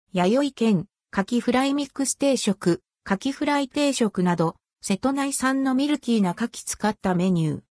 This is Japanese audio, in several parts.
弥生県、カキフライミックス定食、カキフライ定食など、瀬戸内産のミルキーなカキ使ったメニュー。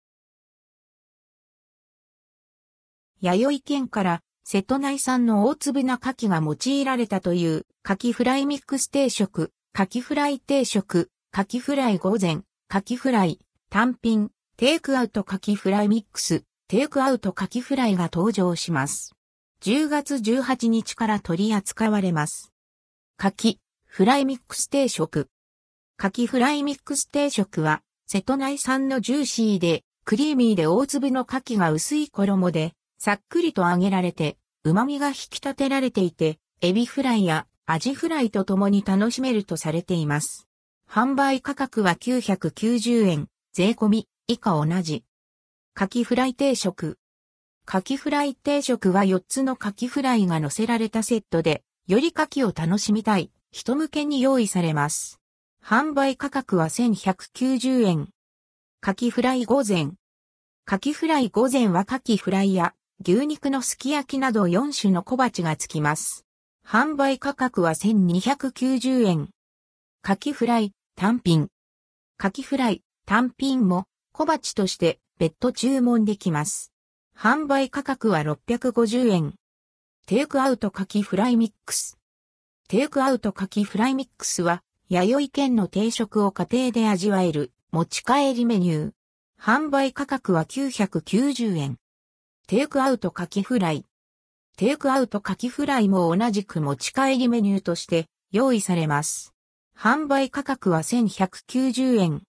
弥生県から瀬戸内産の大粒なカキが用いられたというカキフライミックス定食、カキフライ定食、カキフライ御膳、カキフライ、単品、テイクアウトカキフライミックス、テイクアウトカキフライが登場します。10月18日から取り扱われます。カキフライミックス定食。カキフライミックス定食は、瀬戸内産のジューシーで、クリーミーで大粒のカキが薄い衣で、さっくりと揚げられて、旨味が引き立てられていて、エビフライやアジフライと共に楽しめるとされています。販売価格は990円、税込み、以下同じ。カキフライ定食。カキフライ定食は4つのカキフライが乗せられたセットで、よりカキを楽しみたい人向けに用意されます。販売価格は1190円。カキフライ御膳。カキフライ御膳はカキフライや牛肉のすき焼きなど4種の小鉢がつきます。販売価格は1290円。カキフライ単品。カキフライ単品も小鉢として別途注文できます。販売価格は650円。テイクアウトカキフライミックス。テイクアウトカキフライミックスは弥生県の定食を家庭で味わえる持ち帰りメニュー。販売価格は990円。テイクアウトカキフライ。テイクアウトカキフライも同じく持ち帰りメニューとして用意されます。販売価格は1190円。